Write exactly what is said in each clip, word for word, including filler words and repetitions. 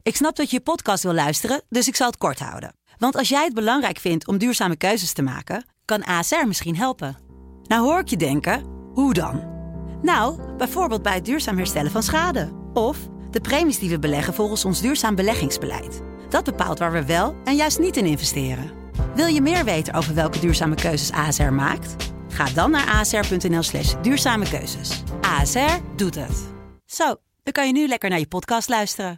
Ik snap dat je je podcast wil luisteren, dus ik zal het kort houden. Want als jij het belangrijk vindt om duurzame keuzes te maken, kan A S R misschien helpen. Nou hoor ik je denken, hoe dan? Nou, bijvoorbeeld bij het duurzaam herstellen van schade. Of de premies die we beleggen volgens ons duurzaam beleggingsbeleid. Dat bepaalt waar we wel en juist niet in investeren. Wil je meer weten over welke duurzame keuzes A S R maakt? Ga dan naar asr.nl slash duurzame keuzes. A S R doet het. Zo, dan kan je nu lekker naar je podcast luisteren.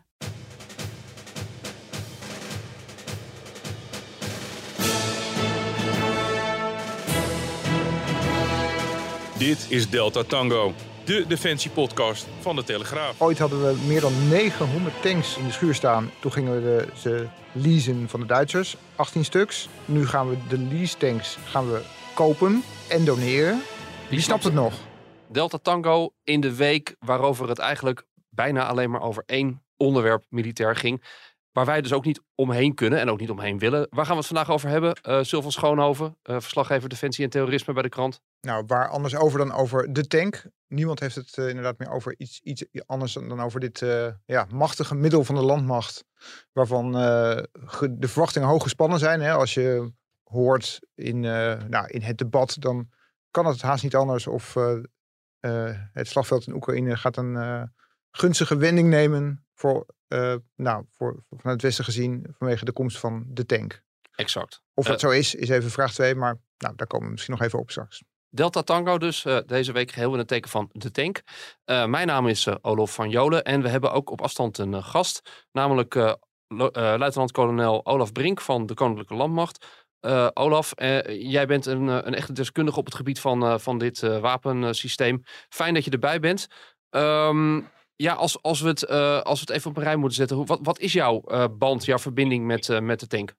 Dit is Delta Tango, de defensiepodcast van de Telegraaf. Ooit hadden we meer dan negenhonderd tanks in de schuur staan. Toen gingen we de, ze leasen van de Duitsers, achttien stuks. Nu gaan we de lease tanks gaan we kopen en doneren. Wie snapt het nog? Delta Tango in de week waarover het eigenlijk bijna alleen maar over één onderwerp militair ging. Waar wij dus ook niet omheen kunnen en ook niet omheen willen. Waar gaan we het vandaag over hebben? Uh, Sil van Schoonhoven, uh, verslaggever Defensie en Terrorisme bij de krant. Nou, waar anders over dan over de tank. Niemand heeft het uh, inderdaad meer over iets, iets anders dan over dit uh, ja, machtige middel van de landmacht. Waarvan uh, ge, de verwachtingen hoog gespannen zijn. Hè? Als je hoort in, uh, nou, in het debat, dan kan het haast niet anders. Of uh, uh, het slagveld in Oekraïne gaat een uh, gunstige wending nemen voor, uh, nou, voor, voor vanuit het Westen gezien vanwege de komst van de tank. Exact. Of dat uh, zo is, is even vraag twee. Maar nou, daar komen we misschien nog even op straks. Delta Tango dus, uh, deze week geheel in het teken van de tank. Uh, mijn naam is uh, Olof van Jolen en we hebben ook op afstand een uh, gast. Namelijk uh, lo- uh, luitenant-kolonel Olaf Brink van de Koninklijke Landmacht. Uh, Olaf, uh, jij bent een, uh, een echte deskundige op het gebied van, uh, van dit uh, wapensysteem. Fijn dat je erbij bent. Um, ja, als, als, we het, uh, als we het even op een rij moeten zetten. Hoe, wat, wat is jouw uh, band, jouw verbinding met, uh, met de tank?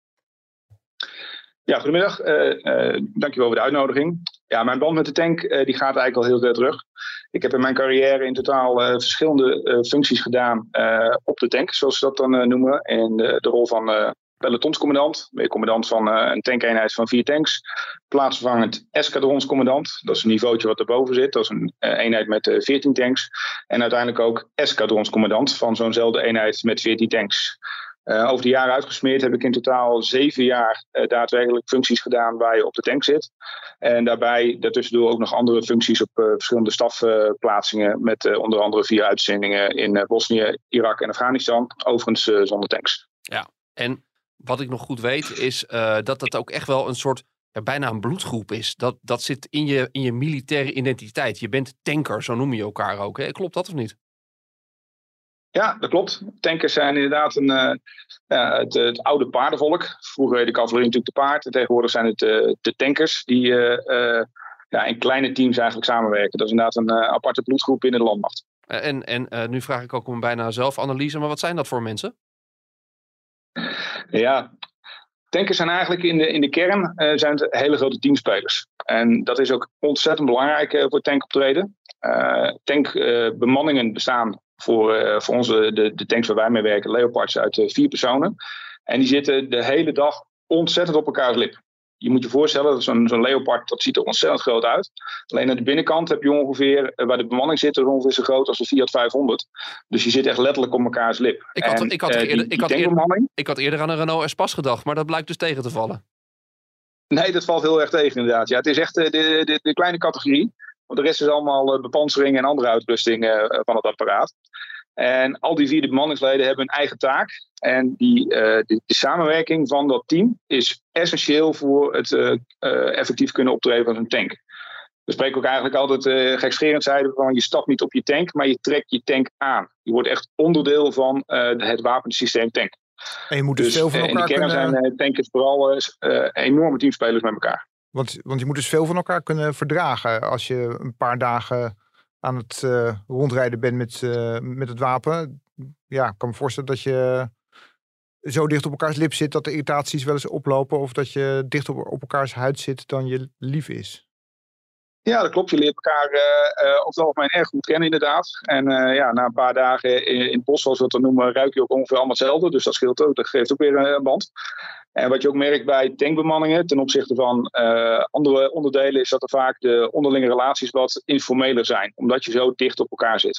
Ja, goedemiddag. Uh, uh, dankjewel voor de uitnodiging. Ja, mijn band met de tank uh, die gaat eigenlijk al heel ver terug. Ik heb in mijn carrière in totaal uh, verschillende uh, functies gedaan uh, op de tank, zoals ze dat dan uh, noemen. In de, de rol van uh, pelotonscommandant. Ben je commandant van uh, een tankeenheid van vier tanks. Plaatsvervangend eskadronscommandant. Dat is een niveautje wat erboven zit. Dat is een uh, eenheid met uh, veertien tanks. En uiteindelijk ook eskadronscommandant van zo'nzelfde eenheid met veertien tanks. Uh, over de jaren uitgesmeerd heb ik in totaal zeven jaar uh, daadwerkelijk functies gedaan waar je op de tank zit. En daarbij daartussendoor ook nog andere functies op uh, verschillende stafplaatsingen. Uh, met uh, onder andere vier uitzendingen in uh, Bosnië, Irak en Afghanistan. Overigens uh, zonder tanks. Ja, en wat ik nog goed weet is uh, dat het ook echt wel een soort, ja, bijna een bloedgroep is. Dat, dat zit in je, in je militaire identiteit. Je bent tanker, zo noem je elkaar ook. Hè? Klopt dat of niet? Ja, dat klopt. Tankers zijn inderdaad een, uh, uh, het, het oude paardenvolk. Vroeger heette de cavalerie natuurlijk de paard. En tegenwoordig zijn het uh, de tankers die uh, uh, ja, in kleine teams eigenlijk samenwerken. Dat is inderdaad een uh, aparte bloedgroep binnen de landmacht. Uh, en en uh, nu vraag ik ook om een bijna zelfanalyse. Maar wat zijn dat voor mensen? Ja, tankers zijn eigenlijk in de, in de kern uh, zijn het hele grote teamspelers. En dat is ook ontzettend belangrijk uh, voor tankoptreden. Uh, tankbemanningen uh, bestaan voor, uh, voor onze, de, de tanks waar wij mee werken, Leopards, uit uh, vier personen. En die zitten de hele dag ontzettend op elkaars lip. Je moet je voorstellen, dat zo'n, zo'n Leopard, dat ziet er ontzettend groot uit. Alleen aan de binnenkant heb je ongeveer, uh, waar de bemanning zit, is ongeveer zo groot als de Fiat vijfhonderd. Dus je zit echt letterlijk op elkaars lip. Ik had, en, ik had, uh, eerder, die, ik, had die eerder, ik had eerder aan een Renault Espace gedacht, maar dat blijkt dus tegen te vallen. Nee, dat valt heel erg tegen inderdaad. Ja, het is echt uh, de, de, de kleine categorie. Want de rest is allemaal uh, bepansering en andere uitrusting uh, van het apparaat. En al die vier bemanningsleden hebben een eigen taak. En die, uh, de, de samenwerking van dat team is essentieel voor het uh, uh, effectief kunnen optreden van een tank. We spreken ook eigenlijk altijd uh, gekscherend zeiden van je stapt niet op je tank, maar je trekt je tank aan. Je wordt echt onderdeel van uh, het wapensysteem tank. En je moet dus, dus veel van elkaar in de kern kunnen... zijn uh, tankers vooral uh, enorme teamspelers met elkaar. Want, want je moet dus veel van elkaar kunnen verdragen als je een paar dagen aan het uh, rondrijden bent met, uh, met het wapen. Ja, ik kan me voorstellen dat je zo dicht op elkaars lip zit dat de irritaties wel eens oplopen of dat je dicht op, op elkaars huid zit dan je lief is. Ja, dat klopt. Je leert elkaar uh, uh, over het algemeen erg goed kennen inderdaad. En uh, ja, na een paar dagen in, in het bos, zoals we het dan noemen, ruik je ook ongeveer allemaal hetzelfde. Dus dat scheelt ook. Dat geeft ook weer een band. En wat je ook merkt bij tankbemanningen ten opzichte van uh, andere onderdelen is dat er vaak de onderlinge relaties wat informeler zijn. Omdat je zo dicht op elkaar zit.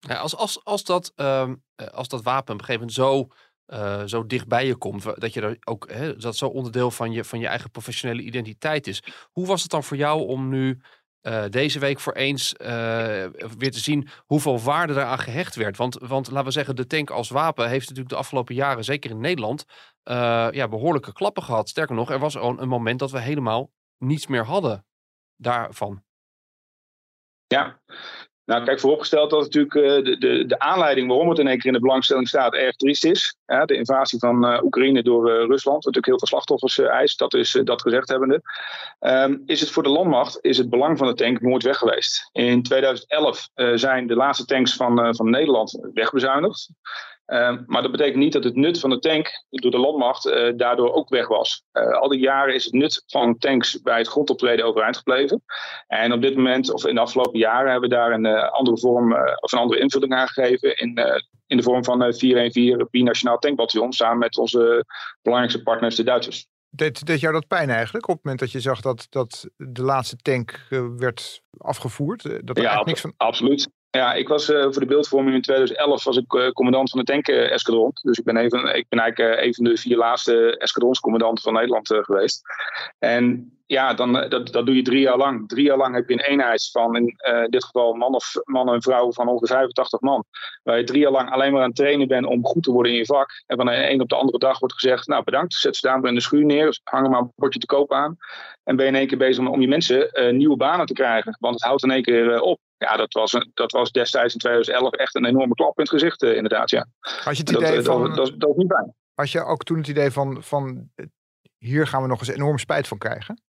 Ja, als, als, als, dat, um, als dat wapen op een gegeven moment zo, uh, zo dicht bij je komt, dat je er ook hè, dat zo onderdeel van je, van je eigen professionele identiteit is. Hoe was het dan voor jou om nu uh, deze week voor eens uh, weer te zien hoeveel waarde daaraan gehecht werd? Want, want laten we zeggen, de tank als wapen heeft natuurlijk de afgelopen jaren, zeker in Nederland, uh, ja, behoorlijke klappen gehad. Sterker nog, er was gewoon een moment dat we helemaal niets meer hadden daarvan. Ja. Nou, kijk, vooropgesteld dat natuurlijk uh, de, de, de aanleiding waarom het in één keer in de belangstelling staat erg triest is. Ja, de invasie van uh, Oekraïne door uh, Rusland, wat natuurlijk heel veel slachtoffers uh, eist, dat is uh, dat gezegd hebbende. Um, is het voor de landmacht, is het belang van de tank nooit weg geweest. In tweeduizend elf uh, zijn de laatste tanks van, uh, van Nederland wegbezuinigd. Um, maar dat betekent niet dat het nut van de tank door de landmacht uh, daardoor ook weg was. Uh, al die jaren is het nut van tanks bij het grondoptreden overeind gebleven. En op dit moment, of in de afgelopen jaren, hebben we daar een uh, andere vorm uh, of een andere invulling aan gegeven. In, uh, in de vorm van uh, vierhonderdvierzortien Binationaal Tankbataljon samen met onze belangrijkste partners, de Duitsers. Deed, deed jou dat pijn eigenlijk op het moment dat je zag dat, dat de laatste tank uh, werd afgevoerd? Uh, dat er ja, ab- niks van... absoluut. Ja, ik was uh, voor de beeldvorming in tweeduizend elf was ik uh, commandant van de tank-eskadron. Dus ik ben, even, ik ben eigenlijk uh, een van de vier laatste eskadronscommandanten van Nederland uh, geweest. En ja, dan, uh, dat, dat doe je drie jaar lang. Drie jaar lang heb je een eenheid van, in uh, dit geval man, of, man en vrouw van ongeveer vijfentachtig man. Waar je drie jaar lang alleen maar aan het trainen bent om goed te worden in je vak. En van de een op de andere dag wordt gezegd, nou bedankt, zet ze daar in de schuur neer. Hang er maar een bordje te koop aan. En ben je in één keer bezig om, om je mensen uh, nieuwe banen te krijgen. Want het houdt in één keer uh, op. Ja, dat was, een, dat was destijds in tweeduizend elf echt een enorme klap in het gezicht, uh, inderdaad, ja. Had je het idee dat, van, dat, dat, dat was niet fijn. Had je ook toen het idee van, van hier gaan we nog eens enorm spijt van krijgen?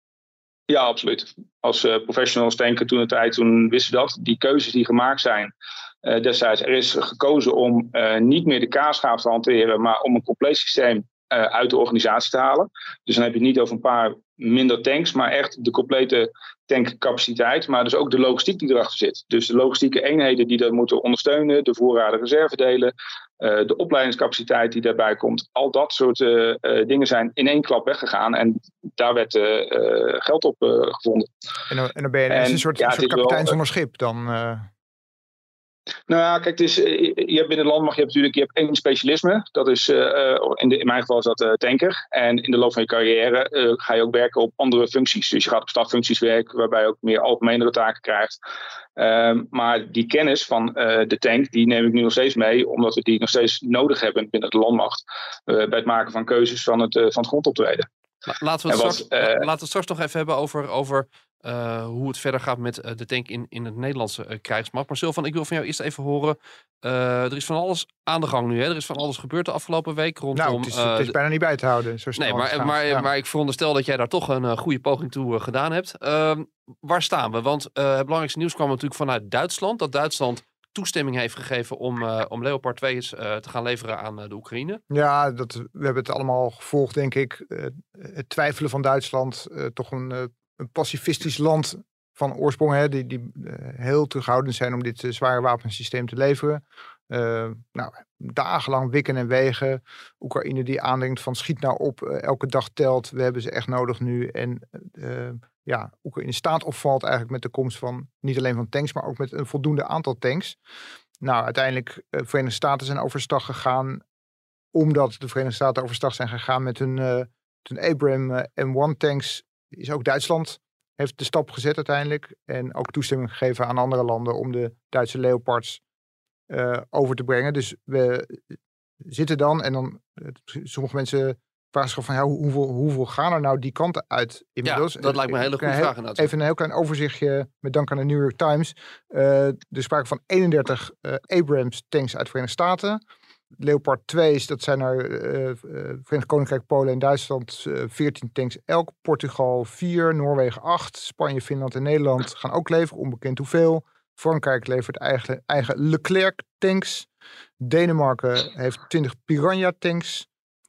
Ja, absoluut. Als uh, professionals denken toen de tijd, toen wisten dat. Die keuzes die gemaakt zijn uh, destijds, er is gekozen om uh, niet meer de kaasschaaf te hanteren, maar om een compleet systeem uh, uit de organisatie te halen. Dus dan heb je het niet over een paar minder tanks, maar echt de complete tankcapaciteit, maar dus ook de logistiek die erachter zit. Dus de logistieke eenheden die dat moeten ondersteunen, de voorraden reservedelen, uh, de opleidingscapaciteit die daarbij komt. Al dat soort uh, uh, dingen zijn in één klap weggegaan en daar werd uh, uh, geld op uh, gevonden. En dan, en dan ben je en, een soort, ja, soort kapitein wel, zonder schip dan... Uh... Nou ja, kijk, het is, je hebt binnen de landmacht je hebt natuurlijk je hebt één specialisme. Dat is, uh, in, de, in mijn geval is dat uh, tanker. En in de loop van je carrière uh, ga je ook werken op andere functies. Dus je gaat op staffuncties werken, waarbij je ook meer algemenere taken krijgt. Um, maar die kennis van uh, de tank, die neem ik nu nog steeds mee, omdat we die nog steeds nodig hebben binnen de landmacht. Uh, bij het maken van keuzes van het, uh, van het grondoptreden. Laten we het, wat, straks, uh, laten we het straks nog even hebben over, over uh, hoe het verder gaat met uh, de tank in, in het Nederlandse uh, krijgsmacht. Maar Sylvan, ik wil van jou eerst even horen. Uh, er is van alles aan de gang nu. Hè? Er is van alles gebeurd de afgelopen week rondom... Nou, het is, uh, het is bijna niet bij te houden. Zo snel nee, maar, maar, ja. maar ik veronderstel dat jij daar toch een uh, goede poging toe uh, gedaan hebt. Uh, waar staan we? Want uh, het belangrijkste nieuws kwam natuurlijk vanuit Duitsland. Dat Duitsland toestemming heeft gegeven om, uh, om Leopard twee uh, te gaan leveren aan uh, de Oekraïne. Ja, dat, we hebben het allemaal gevolgd, denk ik. Uh, het twijfelen van Duitsland, uh, toch een, uh, een pacifistisch land van oorsprong, hè, die, die uh, heel terughoudend zijn om dit uh, zware wapensysteem te leveren. Uh, nou, dagenlang wikken en wegen. Oekraïne die aandenkt van schiet nou op, uh, elke dag telt. We hebben ze echt nodig nu. En uh, ja, Oekraïne staat of valt eigenlijk met de komst van niet alleen van tanks, maar ook met een voldoende aantal tanks. Nou, uiteindelijk uh, Verenigde Staten zijn overstag gegaan, omdat de Verenigde Staten overstag zijn gegaan met hun, uh, hun Abrams uh, M één tanks, is ook Duitsland heeft de stap gezet uiteindelijk en ook toestemming gegeven aan andere landen om de Duitse Leopards uh, over te brengen. Dus we zitten dan en dan uh, sommige mensen vragen zich af van ja, hoeveel, hoeveel gaan er nou die kanten uit inmiddels? Ja, dat lijkt me een hele goede heel, vraag inderdaad. Even een heel klein overzichtje met dank aan de New York Times. Uh, er sprake van eenendertig uh, Abrams tanks uit de Verenigde Staten. Leopard twee's, dat zijn er uh, uh, Verenigd Koninkrijk, Polen en Duitsland, uh, veertien tanks elk. Portugal vier, Noorwegen acht, Spanje, Finland en Nederland gaan ook leveren, onbekend hoeveel. Frankrijk levert eigen, eigen Leclerc tanks. Denemarken heeft twintig Piranha tanks.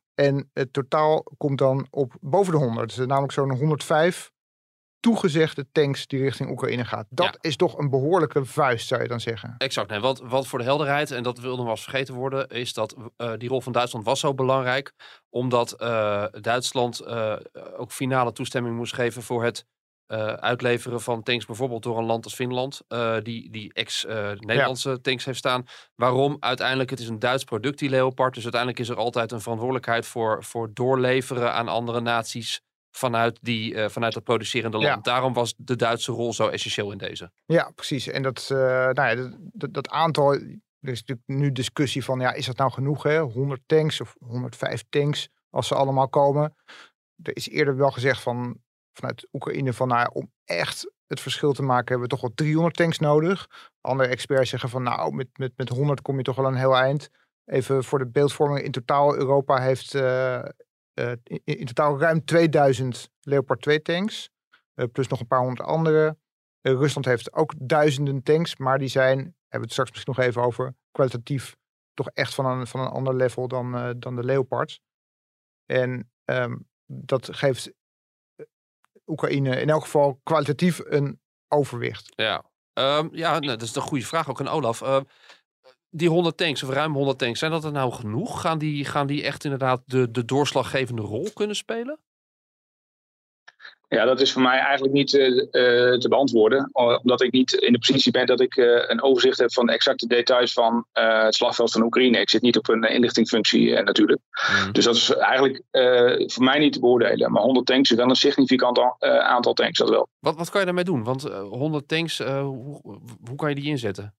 En het totaal komt dan op boven de honderd. Dus namelijk zo'n honderdvijf toegezegde tanks die richting Oekraïne gaat. Dat ja. is toch een behoorlijke vuist, zou je dan zeggen. Exact. Nee, want, want voor de helderheid, en dat wil nog wel eens vergeten worden, is dat uh, die rol van Duitsland was zo belangrijk, omdat uh, Duitsland uh, ook finale toestemming moest geven voor het uh, uitleveren van tanks bijvoorbeeld door een land als Finland, uh, die, die ex-Nederlandse uh, ja. tanks heeft staan. Waarom? Uiteindelijk, het is een Duits product, die Leopard. Dus uiteindelijk is er altijd een verantwoordelijkheid voor, voor doorleveren aan andere naties vanuit, die, uh, vanuit het producerende land. Ja. Daarom was de Duitse rol zo essentieel in deze. Ja, precies. En dat, uh, nou ja, dat, dat, dat aantal, er is natuurlijk nu discussie van, ja, is dat nou genoeg, hè? honderd tanks of honderdvijf tanks als ze allemaal komen. Er is eerder wel gezegd van, vanuit Oekraïne van, nou ja, om echt het verschil te maken hebben we toch wel driehonderd tanks nodig. Andere experts zeggen van, nou, met, met, met honderd kom je toch wel een heel eind. Even voor de beeldvorming, in totaal Europa heeft uh, uh, in, in totaal ruim tweeduizend Leopard twee tanks. Uh, plus nog een paar honderd andere. Uh, Rusland heeft ook duizenden tanks, maar die zijn, hebben we het straks misschien nog even over, kwalitatief toch echt van een, van een ander level dan, uh, dan de Leopards. En um, dat geeft Oekraïne in elk geval kwalitatief een overwicht. Ja, um, ja nou, dat is een goede vraag ook aan Olaf. Uh, die honderd tanks, of ruim honderd tanks, zijn dat er nou genoeg? Gaan die, gaan die echt inderdaad de, de doorslaggevende rol kunnen spelen? Ja, dat is voor mij eigenlijk niet uh, uh, te beantwoorden. Omdat ik niet in de positie ben dat ik uh, een overzicht heb van de exacte details van uh, het slagveld van Oekraïne. Ik zit niet op een uh, inlichtingfunctie uh, natuurlijk. Mm. Dus dat is eigenlijk uh, voor mij niet te beoordelen. Maar honderd tanks is wel een significant uh, aantal tanks, dat wel. Wat, wat kan je daarmee doen? Want uh, honderd tanks, uh, hoe, hoe kan je die inzetten?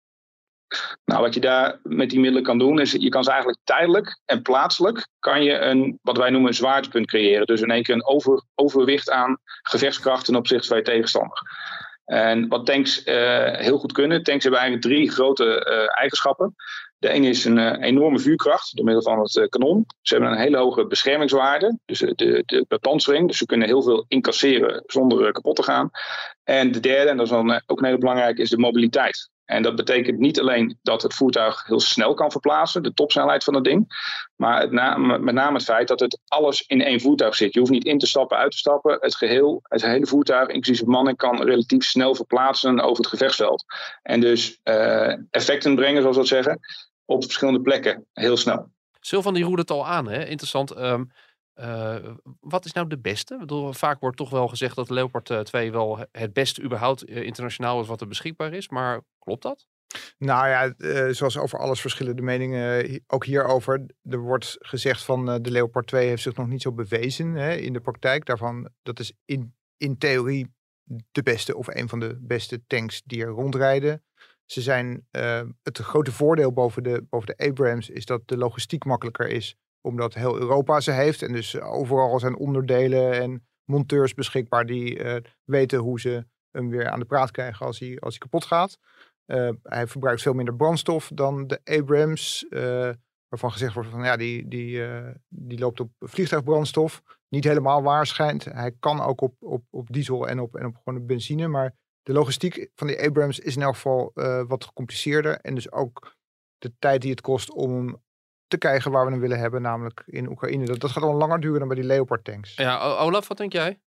Nou, wat je daar met die middelen kan doen, is je kan ze eigenlijk tijdelijk en plaatselijk kan je een, wat wij noemen, een zwaartepunt creëren. Dus in één keer een over, overwicht aan gevechtskracht ten opzichte van je tegenstander. En wat tanks uh, heel goed kunnen, tanks hebben eigenlijk drie grote uh, eigenschappen. De ene is een uh, enorme vuurkracht door middel van het uh, kanon. Ze hebben een hele hoge beschermingswaarde, dus de, de, de bepansering. Dus ze kunnen heel veel incasseren zonder uh, kapot te gaan. En de derde, en dat is dan uh, ook een hele belangrijke, is de mobiliteit. En dat betekent niet alleen dat het voertuig heel snel kan verplaatsen, de topsnelheid van het ding, maar het na, met name het feit dat het alles in één voertuig zit. Je hoeft niet in te stappen, uit te stappen. Het geheel, het hele voertuig, inclusief bemanning, kan relatief snel verplaatsen over het gevechtsveld. En dus uh, effecten brengen, zoals we dat zeggen, op verschillende plekken heel snel. Sylvan die roerde het al aan, hè? Interessant. Um, uh, wat is nou de beste? Ik bedoel, vaak wordt toch wel gezegd dat de Leopard twee wel het beste überhaupt uh, internationaal is wat er beschikbaar is. Maar klopt dat? Nou ja, uh, zoals over alles verschillende meningen, uh, ook hierover. Er wordt gezegd van uh, de Leopard twee heeft zich nog niet zo bewezen hè, in de praktijk. Daarvan, dat is in, in theorie de beste of een van de beste tanks die er rondrijden. Ze zijn, uh, het grote voordeel boven de, boven de Abrams is dat de logistiek makkelijker is. Omdat heel Europa ze heeft. En dus overal zijn onderdelen en monteurs beschikbaar die uh, weten hoe ze hem weer aan de praat krijgen als hij, als hij kapot gaat. Uh, hij verbruikt veel minder brandstof dan de Abrams. Uh, waarvan gezegd wordt van ja, die, die, uh, die loopt op vliegtuigbrandstof. Niet helemaal waar schijnt. Hij kan ook op, op, op diesel en op, en op gewoon benzine. Maar de logistiek van die Abrams is in elk geval uh, wat gecompliceerder. En dus ook de tijd die het kost om te krijgen waar we hem willen hebben. Namelijk in Oekraïne. Dat, dat gaat al langer duren dan bij die Leopard tanks. Ja, Olaf, wat denk jij?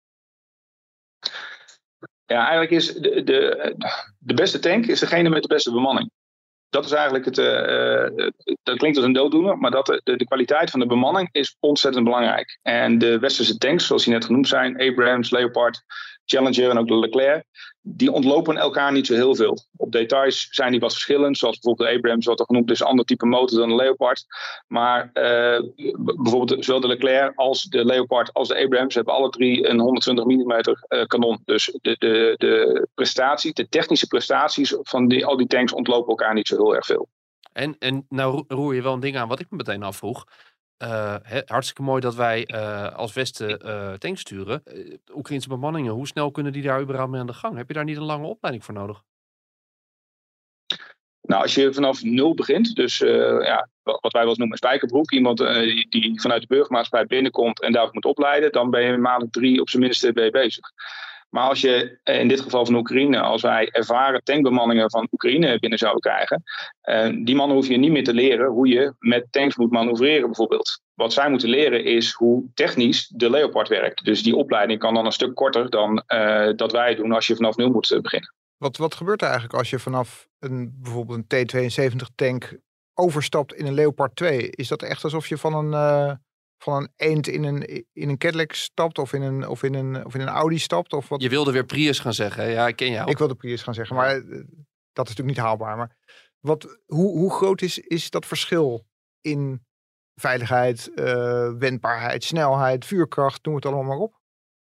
Ja, eigenlijk is de, de, de beste tank is degene met de beste bemanning. Dat is eigenlijk het, uh, dat klinkt als een dooddoener, maar dat de, de kwaliteit van de bemanning is ontzettend belangrijk. En de westerse tanks, zoals die net genoemd zijn, Abrams, Leopard, Challenger en ook de Leclerc, die ontlopen elkaar niet zo heel veel. Op details zijn die wat verschillend, zoals bijvoorbeeld de Abrams, wat er genoemd is, een ander type motor dan de Leopard. Maar uh, bijvoorbeeld zowel de Leclerc als de Leopard als de Abrams hebben alle drie een honderdtwintig millimeter uh, kanon. Dus de, de, de prestatie, de technische prestaties van die, al die tanks ontlopen elkaar niet zo heel erg veel. En, en nou roer je wel een ding aan wat ik me meteen afvroeg. Uh, he, hartstikke mooi dat wij uh, als Westen uh, tanks sturen. Uh, Oekraïnse bemanningen, hoe snel kunnen die daar überhaupt mee aan de gang? Heb je daar niet een lange opleiding voor nodig? Nou, als je vanaf nul begint, dus uh, ja, wat wij wel eens noemen spijkerbroek, iemand uh, die, die vanuit de burgermaatschappij binnenkomt en daarvoor moet opleiden, dan ben je maandelijk drie op zijn minste ben je bezig. Maar als je in dit geval van Oekraïne, als wij ervaren tankbemanningen van Oekraïne binnen zouden krijgen, uh, die mannen hoef je niet meer te leren hoe je met tanks moet manoeuvreren bijvoorbeeld. Wat zij moeten leren is hoe technisch de Leopard werkt. Dus die opleiding kan dan een stuk korter dan uh, dat wij doen als je vanaf nul moet uh, beginnen. Wat, wat gebeurt er eigenlijk als je vanaf een, bijvoorbeeld een T tweeënzeventig tank overstapt in een Leopard twee? Is dat echt alsof je van een, uh, van een eend in een, in een Cadillac stapt of in een, of, in een, of in een Audi stapt. Of wat. Je wilde weer Prius gaan zeggen. Ja, ik ken jou. Ik wilde Prius gaan zeggen, maar uh, dat is natuurlijk niet haalbaar. Maar wat, hoe, hoe groot is, is dat verschil in veiligheid, uh, wendbaarheid, snelheid, vuurkracht, noem het allemaal maar op?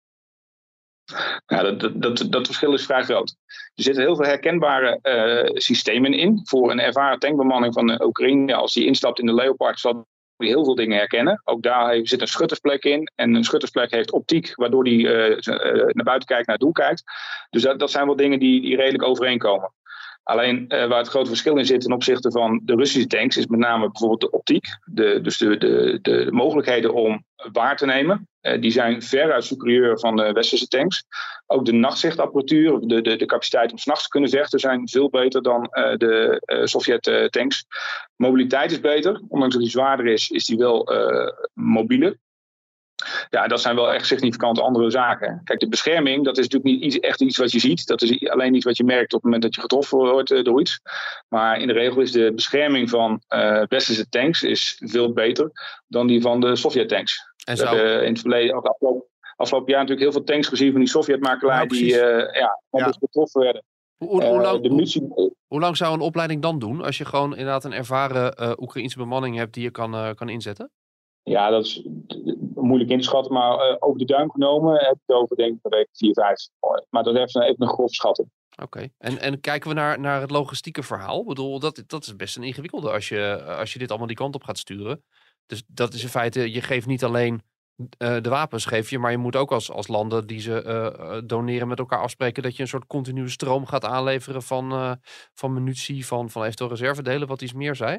Ja, dat, dat, dat, dat verschil is vrij groot. Er zitten heel veel herkenbare uh, systemen in. Voor een ervaren tankbemanning van de Oekraïne, als die instapt in de Leopard, zal hij heel veel dingen herkennen. Ook daar zit een schuttersplek in. En een schuttersplek heeft optiek, waardoor hij uh, uh, naar buiten kijkt, naar het doel kijkt. Dus dat, dat zijn wel dingen die, die redelijk overeenkomen. Alleen uh, waar het grote verschil in zit ten opzichte van de Russische tanks, is met name bijvoorbeeld de optiek. De, dus de, de, de mogelijkheden om waar te nemen. Uh, die zijn veruit superieur van de westerse tanks. Ook de nachtzichtapparatuur, de, de, de capaciteit om 's nachts te kunnen vechten, zijn veel beter dan uh, de uh, Sovjet tanks. Mobiliteit is beter. Ondanks dat die zwaarder is, is die wel uh, mobieler. Ja, dat zijn wel echt significant andere zaken. Kijk, de bescherming, dat is natuurlijk niet iets, echt iets wat je ziet. Dat is alleen iets wat je merkt op het moment dat je getroffen wordt uh, door iets. Maar in de regel is de bescherming van uh, westerse tanks is veel beter dan die van de Sovjet-tanks. En We zo... hebben in het verleden, afgelopen, afgelopen jaar natuurlijk heel veel tanks gezien van die Sovjet-makelij Ja, die uh, ja, ja. getroffen werden. Hoe, hoe, hoe, lang, uh, de munitie... hoe, hoe lang zou een opleiding dan doen als je gewoon inderdaad een ervaren uh, Oekraïense bemanning hebt die je kan, uh, kan inzetten? Ja, dat is moeilijk in te schatten, maar uh, over de duim genomen heb ik het over, denk ik, een week vier, vijf. Maar dat is even, even een grof schatting. Oké, okay. en, en kijken we naar, naar het logistieke verhaal? Ik bedoel, dat, dat is best een ingewikkelde als je, als je dit allemaal die kant op gaat sturen. Dus dat is in feite, je geeft niet alleen uh, de wapens, geef je, maar je moet ook als, als landen die ze uh, doneren met elkaar afspreken dat je een soort continue stroom gaat aanleveren van, uh, van munitie, van, van eventueel reservedelen, wat iets meer zei.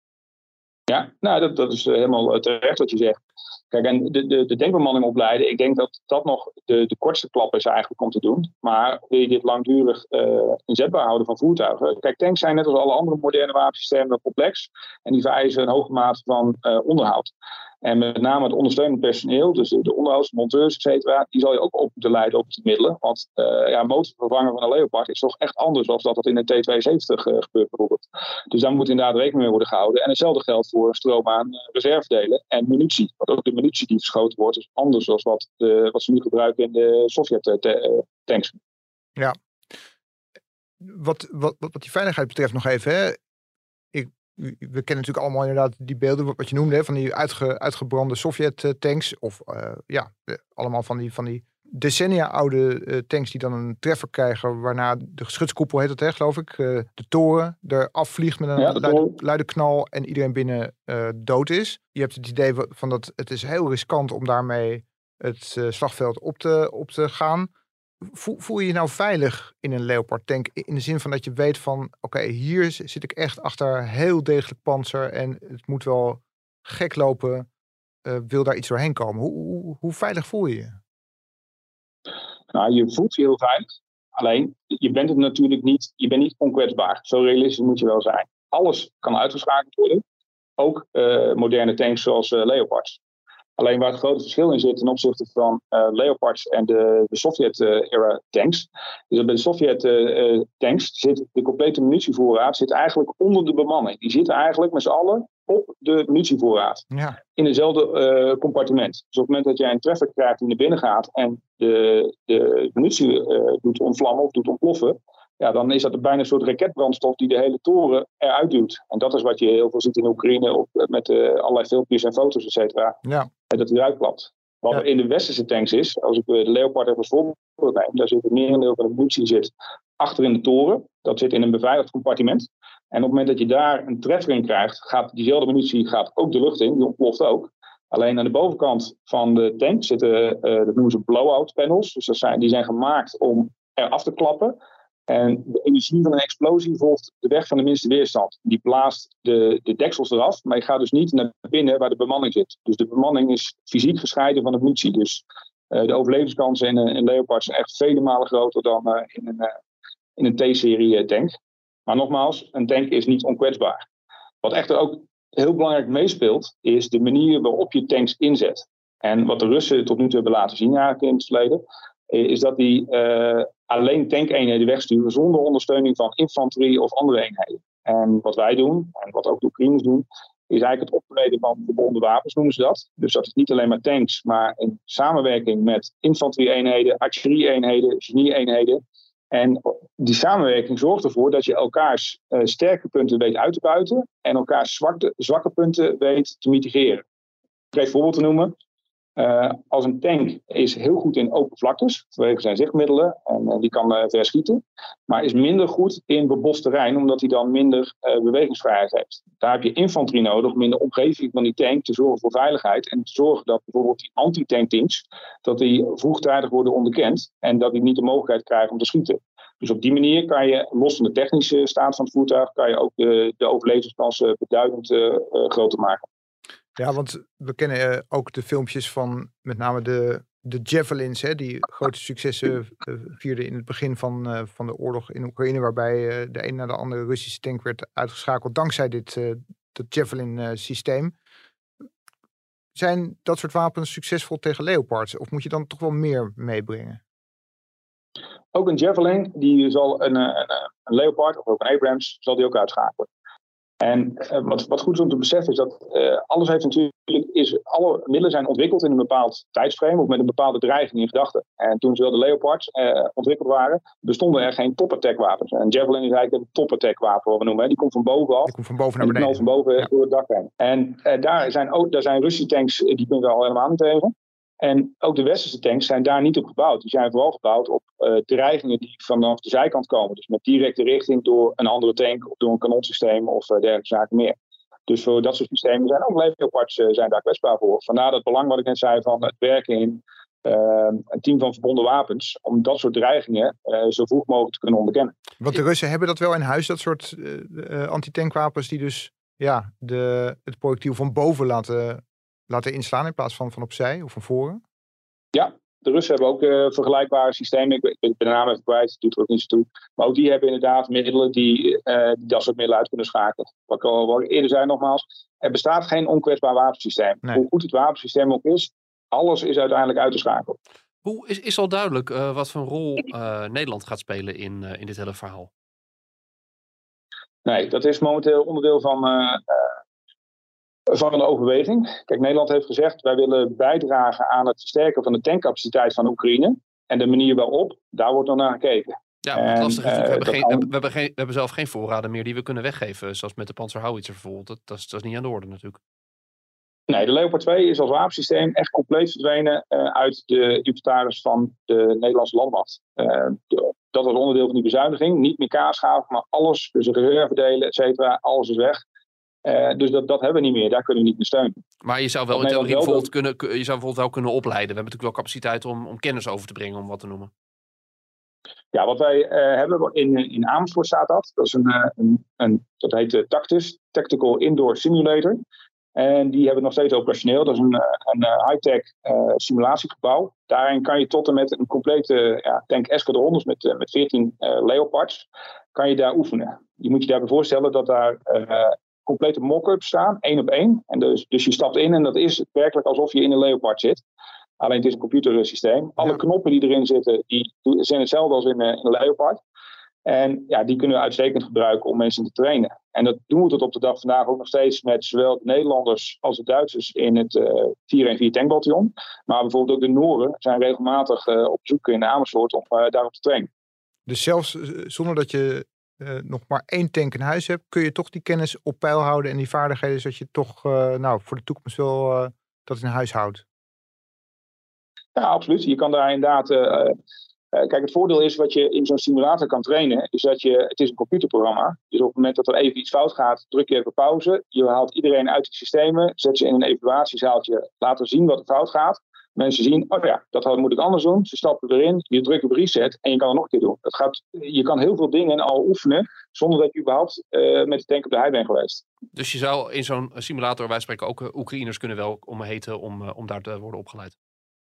Ja, nou, dat, dat is helemaal terecht wat je zegt. Kijk, en de, de, de tankbemanning opleiden, ik denk dat dat nog de, de kortste klap is eigenlijk om te doen. Maar wil je dit langdurig uh, inzetbaar houden van voertuigen? Kijk, tanks zijn net als alle andere moderne wapensystemen complex. En die vereisen een hoge mate van uh, onderhoud. En met name het ondersteunend personeel, dus de, de onderhouds, de monteurs, et cetera, die zal je ook op moeten leiden op die middelen. Want uh, ja, motor vervangen van een Leopard is toch echt anders dan dat het in een T tweeënzeventig uh, gebeurt bijvoorbeeld. Dus daar moet inderdaad rekening mee worden gehouden. En hetzelfde geldt voor stroom aan uh, reservedelen en munitie. Want ook de munitie die verschoten wordt is anders dan wat, de, wat ze nu gebruiken in de Sovjet-tanks. Ja. Wat, wat, wat die veiligheid betreft nog even, hè. Ik We kennen natuurlijk allemaal inderdaad die beelden, wat je noemde, hè, van die uitge, uitgebrande Sovjet-tanks. Of uh, ja, allemaal van die, van die decennia oude uh, tanks die dan een treffer krijgen, waarna de geschutskoepel, heet het, hè, geloof ik, uh, de toren eraf vliegt met een ja, luide, luide knal en iedereen binnen uh, dood is. Je hebt het idee van dat het is heel riskant om daarmee het uh, slagveld op te, op te gaan. Voel, voel je je nou veilig in een Leopard tank? In de zin van dat je weet van, oké, okay, hier zit ik echt achter heel degelijk pantser en het moet wel gek lopen, uh, wil daar iets doorheen komen. Hoe, hoe, hoe veilig voel je je? Nou, je voelt je heel veilig. Alleen, je bent het natuurlijk niet, je bent niet onkwetsbaar. Zo realistisch moet je wel zijn. Alles kan uitgeschakeld worden. Ook uh, moderne tanks zoals uh, Leopards. Alleen waar het grote verschil in zit ten opzichte van uh, Leopards en de, de Sovjet-era uh, tanks. Dus bij de Sovjet-tanks uh, zit de complete munitievoorraad zit eigenlijk onder de bemanning. Die zitten eigenlijk met z'n allen op de munitievoorraad. Ja. In hetzelfde uh, compartiment. Dus op het moment dat jij een treffer krijgt die naar binnen gaat en de, de munitie uh, doet ontvlammen of doet ontploffen. Ja, dan is dat bijna een soort raketbrandstof die de hele toren eruit duwt. En dat is wat je heel veel ziet in Oekraïne op, met uh, allerlei filmpjes en foto's, et cetera. Ja. En dat die eruit klapt. Wat ja. er in de westerse tanks is, als ik de Leopard even als voorbeeld neem, daar zit een merendeel van de munitie zit achter in de toren. Dat zit in een beveiligd compartiment. En op het moment dat je daar een treffer in krijgt, gaat diezelfde munitie gaat ook de lucht in, die ontploft ook. Alleen aan de bovenkant van de tank zitten, uh, dat noemen ze blow-out panels. Dus dat zijn, die zijn gemaakt om eraf te klappen. En de energie van een explosie volgt de weg van de minste weerstand. Die blaast de, de deksels eraf, maar je gaat dus niet naar binnen waar de bemanning zit. Dus de bemanning is fysiek gescheiden van de munitie. Dus uh, de overlevingskansen in een Leopard zijn echt vele malen groter dan uh, in een, uh, in een T-serie uh, tank. Maar nogmaals, een tank is niet onkwetsbaar. Wat echter ook heel belangrijk meespeelt, is de manier waarop je tanks inzet. En wat de Russen tot nu toe hebben laten zien eigenlijk in het verleden, is dat die uh, alleen tankeenheden wegsturen zonder ondersteuning van infanterie of andere eenheden. En wat wij doen, en wat ook de Oekraïners doen, is eigenlijk het optreden van verbonden wapens, noemen ze dat. Dus dat is niet alleen maar tanks, maar in samenwerking met infanterie-eenheden, artillerie-eenheden, genie-eenheden. En die samenwerking zorgt ervoor dat je elkaars uh, sterke punten weet uit te buiten en elkaars zwakke, zwakke punten weet te mitigeren. Om een voorbeeld te noemen. Uh, als een tank is heel goed in open vlaktes, vanwege zijn zichtmiddelen, en uh, die kan uh, verschieten, maar is minder goed in bebost terrein, omdat hij dan minder uh, bewegingsvrijheid heeft. Daar heb je infanterie nodig om in de omgeving van die tank te zorgen voor veiligheid en te zorgen dat bijvoorbeeld die anti-tankteams, dat die vroegtijdig worden onderkend en dat die niet de mogelijkheid krijgen om te schieten. Dus op die manier kan je, los van de technische staat van het voertuig, kan je ook de, de overlevingskansen beduidend uh, uh, groter maken. Ja, want we kennen uh, ook de filmpjes van met name de, de Javelins, hè, die grote successen uh, vierden in het begin van, uh, van de oorlog in Oekraïne, waarbij uh, de een na de andere Russische tank werd uitgeschakeld dankzij dit uh, dat Javelin-systeem. Uh, Zijn dat soort wapens succesvol tegen Leopards? Of moet je dan toch wel meer meebrengen? Ook een Javelin, die zal een, een, een Leopard of ook een Abrams, zal die ook uitschakelen. En uh, wat, wat goed is om te beseffen is dat uh, alles heeft natuurlijk, is, alle middelen zijn ontwikkeld in een bepaald tijdsframe of met een bepaalde dreiging in gedachten. En toen zowel de Leopards uh, ontwikkeld waren, bestonden er geen top-attack wapens. En Javelin is eigenlijk een top-attack wapen, wat we noemen. Hè. Die komt van bovenaf. Die komt van boven naar beneden. Die knalt van boven ja. door het dak heen. En uh, daar, zijn ook, daar zijn Russische tanks, die kunnen we al helemaal niet tegen. En ook de westerse tanks zijn daar niet op gebouwd. Die zijn vooral gebouwd op uh, dreigingen die vanaf de zijkant komen. Dus met directe richting door een andere tank of door een kanonsysteem of uh, dergelijke zaken meer. Dus voor dat soort systemen zijn ook Leopards uh, zijn daar kwetsbaar voor. Vandaar het belang wat ik net zei van het werken in uh, een team van verbonden wapens. Om dat soort dreigingen uh, zo vroeg mogelijk te kunnen onderkennen. Want de Russen hebben dat wel in huis, dat soort uh, uh, antitankwapens die dus ja, de, het projectiel van boven laten... laten inslaan in plaats van van opzij of van voren? Ja, de Russen hebben ook uh, vergelijkbare systemen. Ik, ik ben de naam even kwijt, doet er ook niet zo toe. Maar ook die hebben inderdaad middelen die, uh, die dat soort middelen uit kunnen schakelen. Wat ik al wat ik eerder zei nogmaals, er bestaat geen onkwetsbaar wapensysteem. Nee. Hoe goed het wapensysteem ook is, alles is uiteindelijk uit te schakelen. Hoe is, is al duidelijk uh, wat voor een rol uh, Nederland gaat spelen in, uh, in dit hele verhaal? Nee, dat is momenteel onderdeel van... Uh, uh, Van een overweging. Kijk, Nederland heeft gezegd, wij willen bijdragen aan het versterken van de tankcapaciteit van Oekraïne. En de manier waarop, daar wordt nog naar gekeken. Ja, maar het lastige is natuurlijk, uh, we, hebben geen, we, hebben geen, we hebben zelf geen voorraden meer die we kunnen weggeven. Zoals met de Panzerhaubitzer bijvoorbeeld. Dat, dat, is, dat is niet aan de orde natuurlijk. Nee, de Leopard twee is als wapensysteem echt compleet verdwenen uh, uit de inventaris van de Nederlandse landmacht. Uh, de, dat was onderdeel van die bezuiniging. Niet meer kaasschaven, maar alles, dus reservedelen, et cetera, alles is weg. Uh, dus dat, dat hebben we niet meer, daar kunnen we niet meer steunen. Maar je zou wel in theorie bijvoorbeeld, kunnen, je zou bijvoorbeeld wel kunnen opleiden. We hebben natuurlijk wel capaciteit om, om kennis over te brengen, om wat te noemen. Ja, wat wij uh, hebben, in, in Amersfoort staat dat. Dat is een, uh, een, een dat heet uh, Tactus, Tactical Indoor Simulator. En die hebben we nog steeds operationeel. Dat is een, een uh, high-tech uh, simulatiegebouw. Daarin kan je tot en met een complete ja, tank eskadron, dus met, uh, met veertien uh, Leopards, kan je daar oefenen. Je moet je daarbij voorstellen dat daar... Uh, complete mock-ups staan, één op één. En dus, dus je stapt in en dat is werkelijk alsof je in een Leopard zit. Alleen het is een computersysteem. Alle ja. knoppen die erin zitten, die zijn hetzelfde als in, uh, in een Leopard. En ja, die kunnen we uitstekend gebruiken om mensen te trainen. En dat doen we tot op de dag vandaag ook nog steeds met zowel de Nederlanders als de Duitsers in het uh, vierhonderdviertien tankbataljon. Maar bijvoorbeeld ook de Nooren zijn regelmatig uh, op zoek in Amersfoort om uh, daarop te trainen. Dus zelfs uh, zonder dat je uh, nog maar één tank in huis hebt, kun je toch die kennis op peil houden en die vaardigheden, zodat je toch uh, nou, voor de toekomst wel uh, dat in huis houdt? Ja, absoluut. Je kan daar inderdaad... Uh, Uh, kijk, het voordeel is wat je in zo'n simulator kan trainen, is dat je, het is een computerprogramma. Dus op het moment dat er even iets fout gaat, druk je even pauze. Je haalt iedereen uit die systemen, zet ze in een evaluatiezaaltje, laat er zien wat er fout gaat. Mensen zien, oh ja, dat moet ik anders doen. Ze stappen erin, je drukt op reset en je kan het nog een keer doen. Dat gaat, je kan heel veel dingen al oefenen, zonder dat je überhaupt uh, met de tank op de hei bent geweest. Dus je zou in zo'n simulator, wij spreken ook uh, Oekraïners kunnen wel om heten om, uh, om daar te worden opgeleid.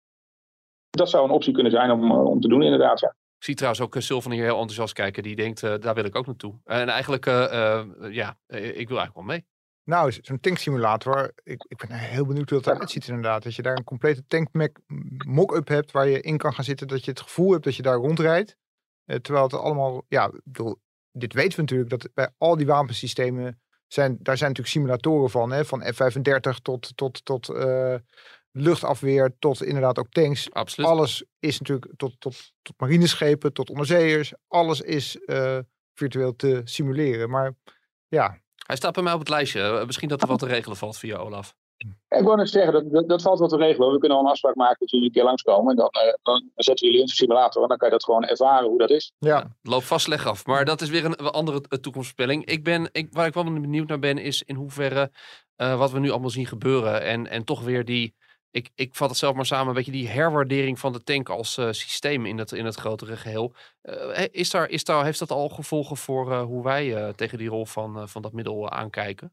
Dat zou een optie kunnen zijn om, om te doen, inderdaad. Ja. Ik zie trouwens ook uh, Sylvan hier heel enthousiast kijken. Die denkt, uh, daar wil ik ook naartoe. En eigenlijk, uh, uh, ja, ik wil eigenlijk wel mee. Nou, zo'n tanksimulator. Ik, ik ben heel benieuwd hoe dat eruit ziet inderdaad. Dat je daar een complete tank mock-up hebt waar je in kan gaan zitten. Dat je het gevoel hebt dat je daar rondrijdt. Uh, terwijl het allemaal, ja, bedoel, dit weten we natuurlijk. Dat bij al die wapensystemen zijn, daar zijn natuurlijk simulatoren van. Hè, van F vijfendertig tot, tot, tot uh, luchtafweer, tot inderdaad ook tanks. Absoluut. Alles is natuurlijk tot, tot, tot marineschepen, tot onderzeeërs. Alles is uh, virtueel te simuleren. Maar ja... Hij staat bij mij op het lijstje. Misschien dat er wat te regelen valt via Olaf. Ik wou net zeggen, dat, dat, dat valt wat te regelen. We kunnen al een afspraak maken dat jullie een keer langskomen. En dan, uh, dan zetten jullie in zo'n simulator. En dan kan je dat gewoon ervaren hoe dat is. Ja. Ja, loopt vast slecht af. Maar dat is weer een, een andere toekomstvoorspelling. Ik ben, ik, waar ik wel benieuwd naar ben, is in hoeverre uh, wat we nu allemaal zien gebeuren. En, en toch weer die, ik, ik vat het zelf maar samen, een beetje die herwaardering van de tank als uh, systeem in het, in het grotere geheel. Uh, is daar, is daar, heeft dat al gevolgen voor uh, hoe wij uh, tegen die rol van, uh, van dat middel uh, aankijken?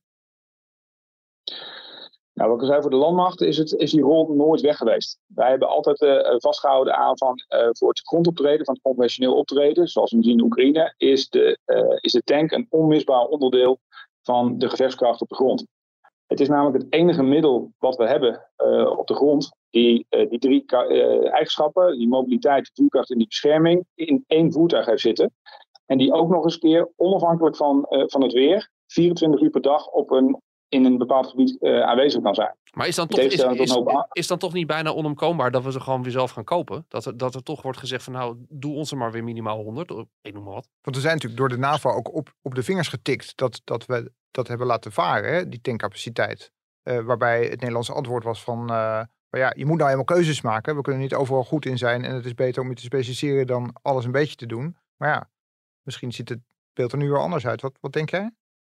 Nou, wat ik zei, voor de landmacht is, het, is die rol nooit weg geweest. Wij hebben altijd uh, vastgehouden aan van uh, voor het grondoptreden, van het conventioneel optreden, zoals we zien in Oekraïne, is de, uh, is de tank een onmisbaar onderdeel van de gevechtskracht op de grond. Het is namelijk het enige middel wat we hebben uh, op de grond, die uh, die drie uh, eigenschappen, die mobiliteit, de vuurkracht en die bescherming, in één voertuig heeft zitten. En die ook nog eens keer onafhankelijk van, uh, van het weer, vierentwintig uur per dag op een in een bepaald gebied uh, aanwezig kan zijn. Maar is dan, toch, is, is, is dan toch niet bijna onomkoombaar dat we ze gewoon weer zelf gaan kopen? Dat er, dat er toch wordt gezegd van nou, doe ons er maar weer minimaal honderd. Ik noem maar wat. Want we zijn natuurlijk door de NAVO ook op, op de vingers getikt dat, dat we dat hebben laten varen, hè, die tankcapaciteit. Uh, waarbij het Nederlandse antwoord was van, uh, maar ja, je moet nou helemaal keuzes maken. We kunnen niet overal goed in zijn en het is beter om je te specialiseren dan alles een beetje te doen. Maar ja, misschien ziet het beeld er nu weer anders uit. Wat, wat denk jij?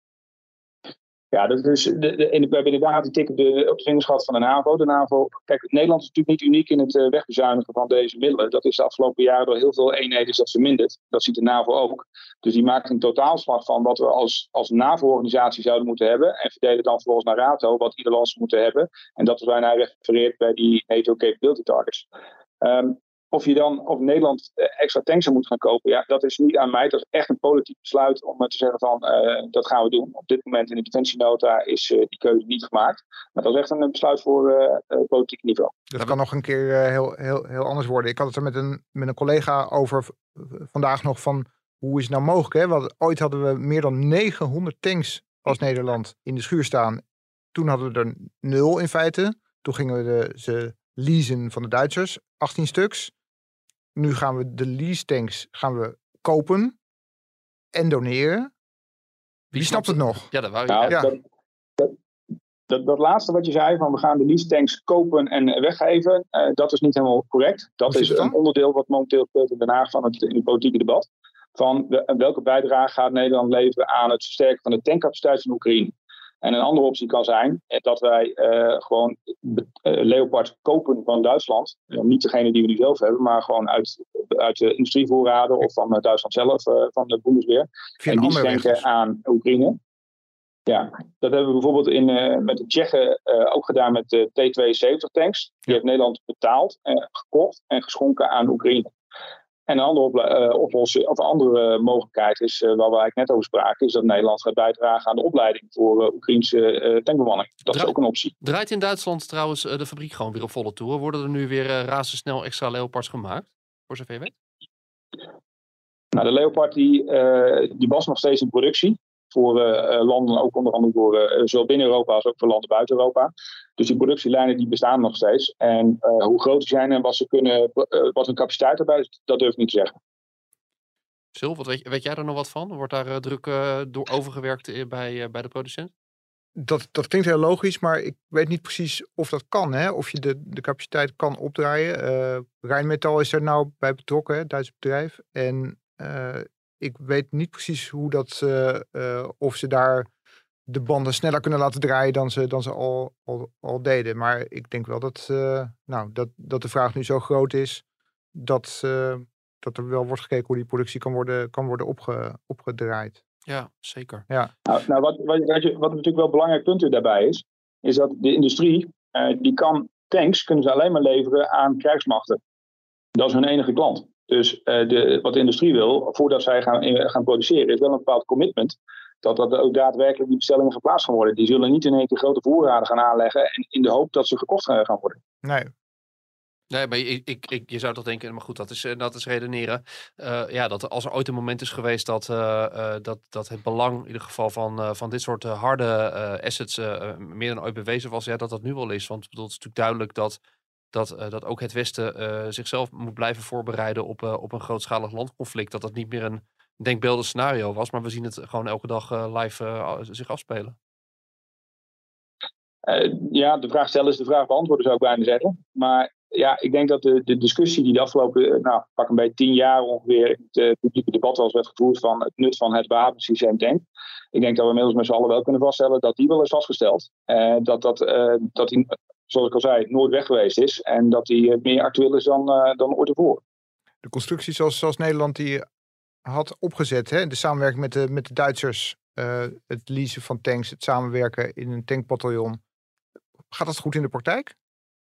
Ja, dat is, de, de, we hebben inderdaad die tik op de, op de vingers gehad van de NAVO. De NAVO. Kijk, Nederland is natuurlijk niet uniek in het uh, wegbezuinigen van deze middelen. Dat is de afgelopen jaren door heel veel eenheden dat verminderd. Dat ziet de NAVO ook. Dus die maakt een totaalslag van wat we als, als NAVO-organisatie zouden moeten hebben. En verdelen dan vervolgens naar NATO wat ieder land zou moeten hebben. En dat is waar hij refereert bij die NATO Capability Targets. Um, Of je dan op Nederland extra tanks zou moeten gaan kopen, ja, dat is niet aan mij. Dat is echt een politiek besluit om te zeggen van, uh, dat gaan we doen. Op dit moment in de defensienota is uh, die keuze niet gemaakt. Maar dat is echt een besluit voor uh, uh, politiek niveau. Dat kan nog een keer uh, heel, heel, heel anders worden. Ik had het er met een, met een collega over v- vandaag nog van, hoe is het nou mogelijk? Hè? Want ooit hadden we meer dan negenhonderd tanks als Nederland in de schuur staan. Toen hadden we er nul in feite. Toen gingen we de, ze leasen van de Duitsers, achttien stuks. Nu gaan we de lease tanks gaan we kopen en doneren. Wie, Wie snapt het, het nog? Ja, dat wou je. Nou, ja. dat, dat, dat, dat laatste wat je zei, van we gaan de lease tanks kopen en weggeven, uh, dat is niet helemaal correct. Dat is een onderdeel wat momenteel speelt in Den Haag van het, in het politieke debat. Van de, welke bijdrage gaat Nederland leveren aan het versterken van de tankcapaciteit van Oekraïne. En een andere optie kan zijn dat wij uh, gewoon uh, Leopard kopen van Duitsland. Uh, niet degene die we nu zelf hebben, maar gewoon uit, uit de industrievoorraden of van uh, Duitsland zelf, uh, van de Bundesweer. En die schenken aan Oekraïne. Ja, dat hebben we bijvoorbeeld in, uh, met de Tsjechen uh, ook gedaan met de T tweeënzeventig tanks. Die ja. heeft Nederland betaald, uh, gekocht en geschonken aan Oekraïne. En een andere, opla- uh, oplossing, of een andere uh, mogelijkheid is, uh, waar we eigenlijk net over spraken, is dat Nederland gaat bijdragen aan de opleiding voor uh, Oekraïnse uh, tankbemanning. Dat Dra- is ook een optie. Draait in Duitsland trouwens uh, de fabriek gewoon weer op volle toeren? Worden er nu weer uh, razendsnel extra Leopards gemaakt? Voor zover je weet? Nou, de Leopard die, uh, die was nog steeds in productie. Voor uh, landen, ook onder andere voor uh, zowel binnen Europa als ook voor landen buiten Europa. Dus die productielijnen die bestaan nog steeds. En uh, hoe groot die zijn en wat ze kunnen, uh, wat hun capaciteit erbij is, dat durf ik niet te zeggen. Sil, wat weet, weet jij er nog wat van? Wordt daar uh, druk uh, door overgewerkt bij, uh, bij de producent? Dat, dat klinkt heel logisch, maar ik weet niet precies of dat kan. Hè? Of je de, de capaciteit kan opdraaien. Uh, Rheinmetall is er nou bij betrokken, hè? Duits bedrijf. En uh, ik weet niet precies hoe dat, uh, uh, of ze daar de banden sneller kunnen laten draaien dan ze, dan ze al, al, al deden. Maar ik denk wel dat, uh, nou, dat, dat de vraag nu zo groot is dat, uh, dat er wel wordt gekeken hoe die productie kan worden, kan worden opge, opgedraaid. Ja, zeker. Ja. Nou, nou wat, wat, wat, je, wat natuurlijk wel een belangrijk punt daarbij is, is dat de industrie, uh, die kan tanks, kunnen ze alleen maar leveren aan krijgsmachten. Dat is hun enige klant. Dus uh, de, wat de industrie wil, voordat zij gaan, uh, gaan produceren, is wel een bepaald commitment dat, dat ook daadwerkelijk die bestellingen geplaatst gaan worden. Die zullen niet in één keer grote voorraden gaan aanleggen en in de hoop dat ze gekocht gaan worden. Nee. Nee, maar ik, ik, ik, je zou toch denken, maar goed, dat is, dat is redeneren. Uh, ja, dat als er ooit een moment is geweest dat, uh, uh, dat, dat het belang in ieder geval van, uh, van dit soort uh, harde uh, assets uh, meer dan ooit bewezen was, ja, dat dat nu wel is. Want ik bedoel, het is natuurlijk duidelijk dat, dat, uh, dat ook het Westen uh, zichzelf moet blijven voorbereiden op, uh, op een grootschalig landconflict. Dat dat niet meer een denkbeeldig scenario was, maar we zien het gewoon elke dag uh, live uh, zich afspelen. Uh, ja, de vraag stellen is de vraag beantwoorden, zou ik bijna zeggen. Maar ja, ik denk dat de, de discussie die de afgelopen, nou, pak een beetje tien jaar ongeveer in het uh, publieke debat wel eens werd gevoerd van het nut van het wapensysteem tank. Ik denk dat we inmiddels met z'n allen wel kunnen vaststellen dat die wel is vastgesteld. Uh, dat, dat, uh, dat die, zoals ik al zei, nooit weg geweest is. En dat die uh, meer actueel is dan, uh, dan ooit ervoor. De constructie zoals, zoals Nederland die had opgezet, hè? De samenwerking met de, met de Duitsers, uh, het leasen van tanks, het samenwerken in een tankbataljon. Gaat dat goed in de praktijk?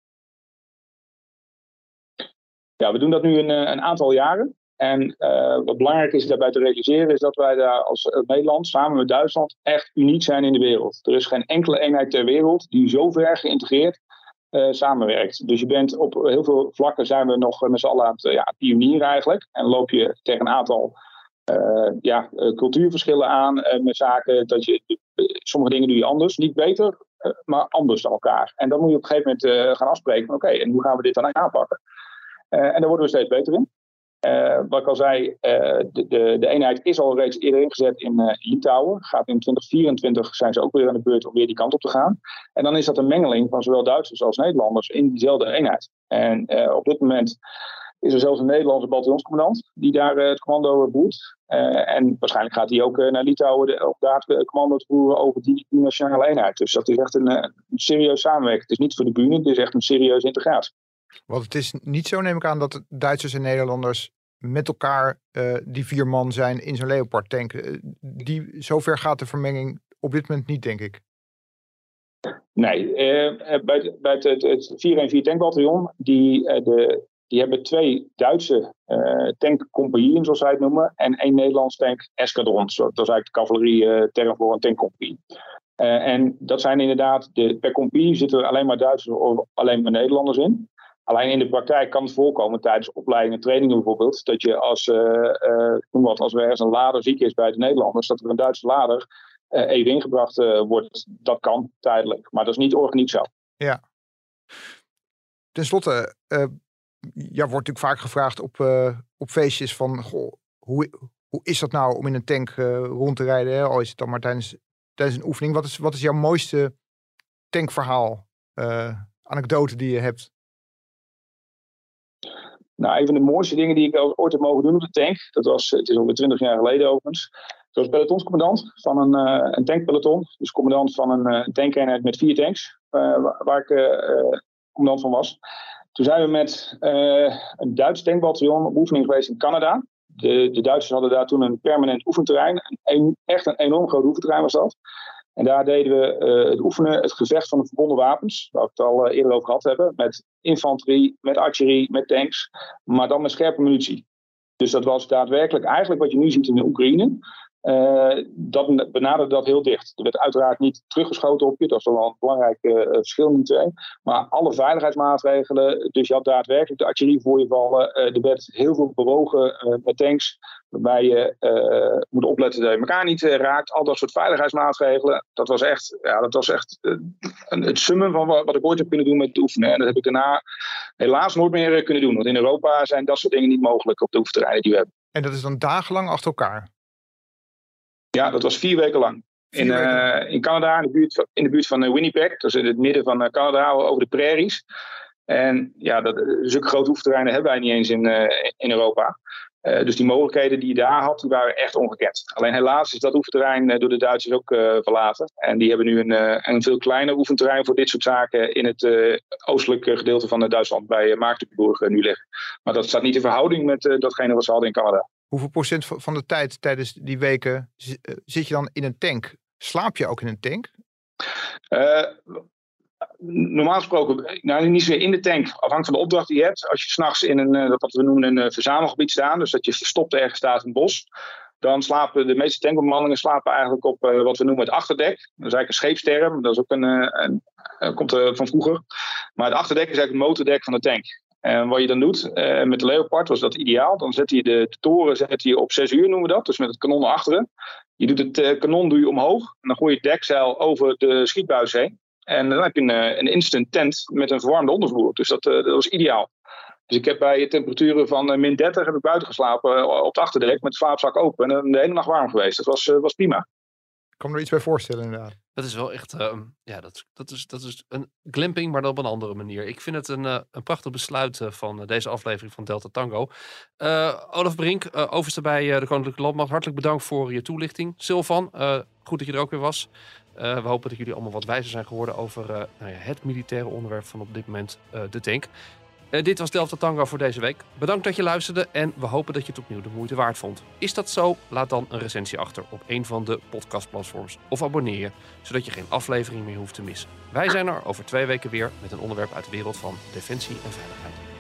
Ja, we doen dat nu een, een aantal jaren. En uh, wat belangrijk is daarbij te realiseren is dat wij daar als uh, Nederland samen met Duitsland echt uniek zijn in de wereld. Er is geen enkele eenheid ter wereld die zo ver geïntegreerd uh, samenwerkt. Dus je bent op heel veel vlakken zijn we nog met z'n allen aan het ja, pionieren eigenlijk. En loop je tegen een aantal uh, ja, uh, cultuurverschillen aan uh, met zaken dat je uh, sommige dingen doe je anders, niet beter, uh, maar anders dan elkaar. En dan moet je op een gegeven moment uh, gaan afspreken van oké, okay, en hoe gaan we dit dan aanpakken? Uh, en daar worden we steeds beter in. Uh, wat ik al zei, uh, de, de, de eenheid is al reeds eerder ingezet in uh, Litouwen. Gaat in twintig vierentwintig zijn ze ook weer aan de beurt om weer die kant op te gaan. En dan is dat een mengeling van zowel Duitsers als Nederlanders in diezelfde eenheid. En uh, op dit moment is er zelfs een Nederlandse bataljonscommandant die daar uh, het commando voert. Uh, en waarschijnlijk gaat hij ook uh, naar Litouwen om daar het commando te voeren over die, die nationale eenheid. Dus dat is echt een, een serieus samenwerking. Het is niet voor de bühne, het is echt een serieuze integratie. Want het is niet zo, neem ik aan, dat Duitsers en Nederlanders met elkaar uh, die vier man zijn in zo'n Leopard tank. Uh, die, zover gaat de vermenging op dit moment niet, denk ik. Nee, uh, bij, bij het, het, het vierhonderdviertien tankbataljon, die, uh, de, die hebben twee Duitse uh, tankcompagnieën, zoals zij het noemen, en één Nederlands tank eskadron. Dat is eigenlijk de cavalerie uh, term voor een tankcompagnie. Uh, en dat zijn inderdaad, de, per compagnie zitten er alleen maar Duitsers of alleen maar Nederlanders in. Alleen in de praktijk kan het voorkomen tijdens opleidingen en trainingen bijvoorbeeld, dat je als, uh, uh, noem wat, als er ergens een lader ziek is bij de Nederlanders, dat er een Duitse lader uh, even ingebracht uh, wordt. Dat kan tijdelijk, maar dat is niet organiek zo. Ja. Ten slotte, uh, ja, wordt natuurlijk vaak gevraagd op, uh, op feestjes van, goh, hoe, hoe is dat nou om in een tank uh, rond te rijden? Hè? Al is het dan maar tijdens, tijdens een oefening. Wat is, wat is jouw mooiste tankverhaal, uh, anekdote die je hebt? Nou, een van de mooiste dingen die ik ooit heb mogen doen op de tank, dat was, het is alweer twintig jaar geleden overigens. Ik was pelotonscommandant van een, uh, een tankpeloton. Dus commandant van een uh, tankeenheid met vier tanks, uh, waar, waar ik uh, uh, commandant van was. Toen zijn we met uh, een Duits tankbataljon op oefening geweest in Canada. De, de Duitsers hadden daar toen een permanent oefenterrein. Een, echt een enorm groot oefenterrein was dat. En daar deden we uh, het oefenen, het gevecht van de verbonden wapens, waar we het al uh, eerder over gehad hebben, met infanterie, met artillerie, met tanks, maar dan met scherpe munitie. Dus dat was daadwerkelijk eigenlijk wat je nu ziet in de Oekraïne. Uh, dat benaderde dat heel dicht. Er werd uiteraard niet teruggeschoten op je, dat is wel een belangrijk uh, verschil in die twee. Maar alle veiligheidsmaatregelen, dus je had daadwerkelijk de artillerie voor je vallen. Uh, er werd heel veel bewogen uh, met tanks, waarbij je uh, moet opletten dat je elkaar niet uh, raakt. Al dat soort veiligheidsmaatregelen, dat was echt, ja, dat was echt uh, een, het summum van wat, wat ik ooit heb kunnen doen met het oefenen. En dat heb ik daarna helaas nooit meer uh, kunnen doen. Want in Europa zijn dat soort dingen niet mogelijk op de oefenterreinen die we hebben. En dat is dan dagenlang achter elkaar? Ja, dat was vier weken lang. In, uh, in Canada, in de buurt van, in de buurt van uh, Winnipeg. Dat is in het midden van uh, Canada, over de prairies. En ja, dat, zulke grote oefenterreinen hebben wij niet eens in, uh, in Europa. Uh, dus die mogelijkheden die je daar had, die waren echt ongekend. Alleen helaas is dat oefenterrein uh, door de Duitsers ook uh, verlaten. En die hebben nu een, uh, een veel kleiner oefenterrein voor dit soort zaken in het uh, oostelijke gedeelte van uh, Duitsland, bij uh, Maagdenburg uh, nu liggen. Maar dat staat niet in verhouding met uh, datgene wat ze hadden in Canada. Hoeveel procent van de tijd tijdens die weken zit je dan in een tank? Slaap je ook in een tank? Uh, normaal gesproken, nou niet zozeer in de tank, afhankelijk van de opdracht die je hebt. Als je s'nachts in een, wat we noemen een verzamelgebied staat, dus dat je verstopt ergens staat in het bos, dan slapen de meeste tankbemanningen slapen eigenlijk op uh, wat we noemen het achterdek. Dat is eigenlijk een scheepsterm, dat is ook een, een, een komt uh, van vroeger. Maar het achterdek is eigenlijk het motordek van de tank. En wat je dan doet uh, met de Leopard was dat ideaal. Dan zet je de, de toren zet je op zes uur, noemen we dat. Dus met het kanon naar achteren. Je doet het uh, kanon doe je omhoog. En dan gooi je het dekzeil over de schietbuis heen. En dan heb je een, een instant tent met een verwarmde ondervloer. Dus dat, uh, dat was ideaal. Dus ik heb bij temperaturen van uh, min dertig heb ik buiten geslapen uh, op het achterdek met de slaapzak open. En de hele nacht warm geweest. Dat was, uh, was prima. Ik kan me er iets bij voorstellen inderdaad. Dat is wel echt, uh, ja, dat, dat, is, dat is een glamping, maar dan op een andere manier. Ik vind het een, uh, een prachtig besluit uh, van uh, deze aflevering van Delta Tango. Uh, Olaf Brink, uh, overste bij uh, de Koninklijke Landmacht, hartelijk bedankt voor je toelichting. Silvan, uh, goed dat je er ook weer was. Uh, we hopen dat jullie allemaal wat wijzer zijn geworden over uh, nou ja, het militaire onderwerp van op dit moment uh, de tank. Uh, dit was Delta Tango voor deze week. Bedankt dat je luisterde en we hopen dat je het opnieuw de moeite waard vond. Is dat zo? Laat dan een recensie achter op een van de podcastplatforms of abonneer je, zodat je geen aflevering meer hoeft te missen. Wij zijn er over twee weken weer met een onderwerp uit de wereld van defensie en veiligheid.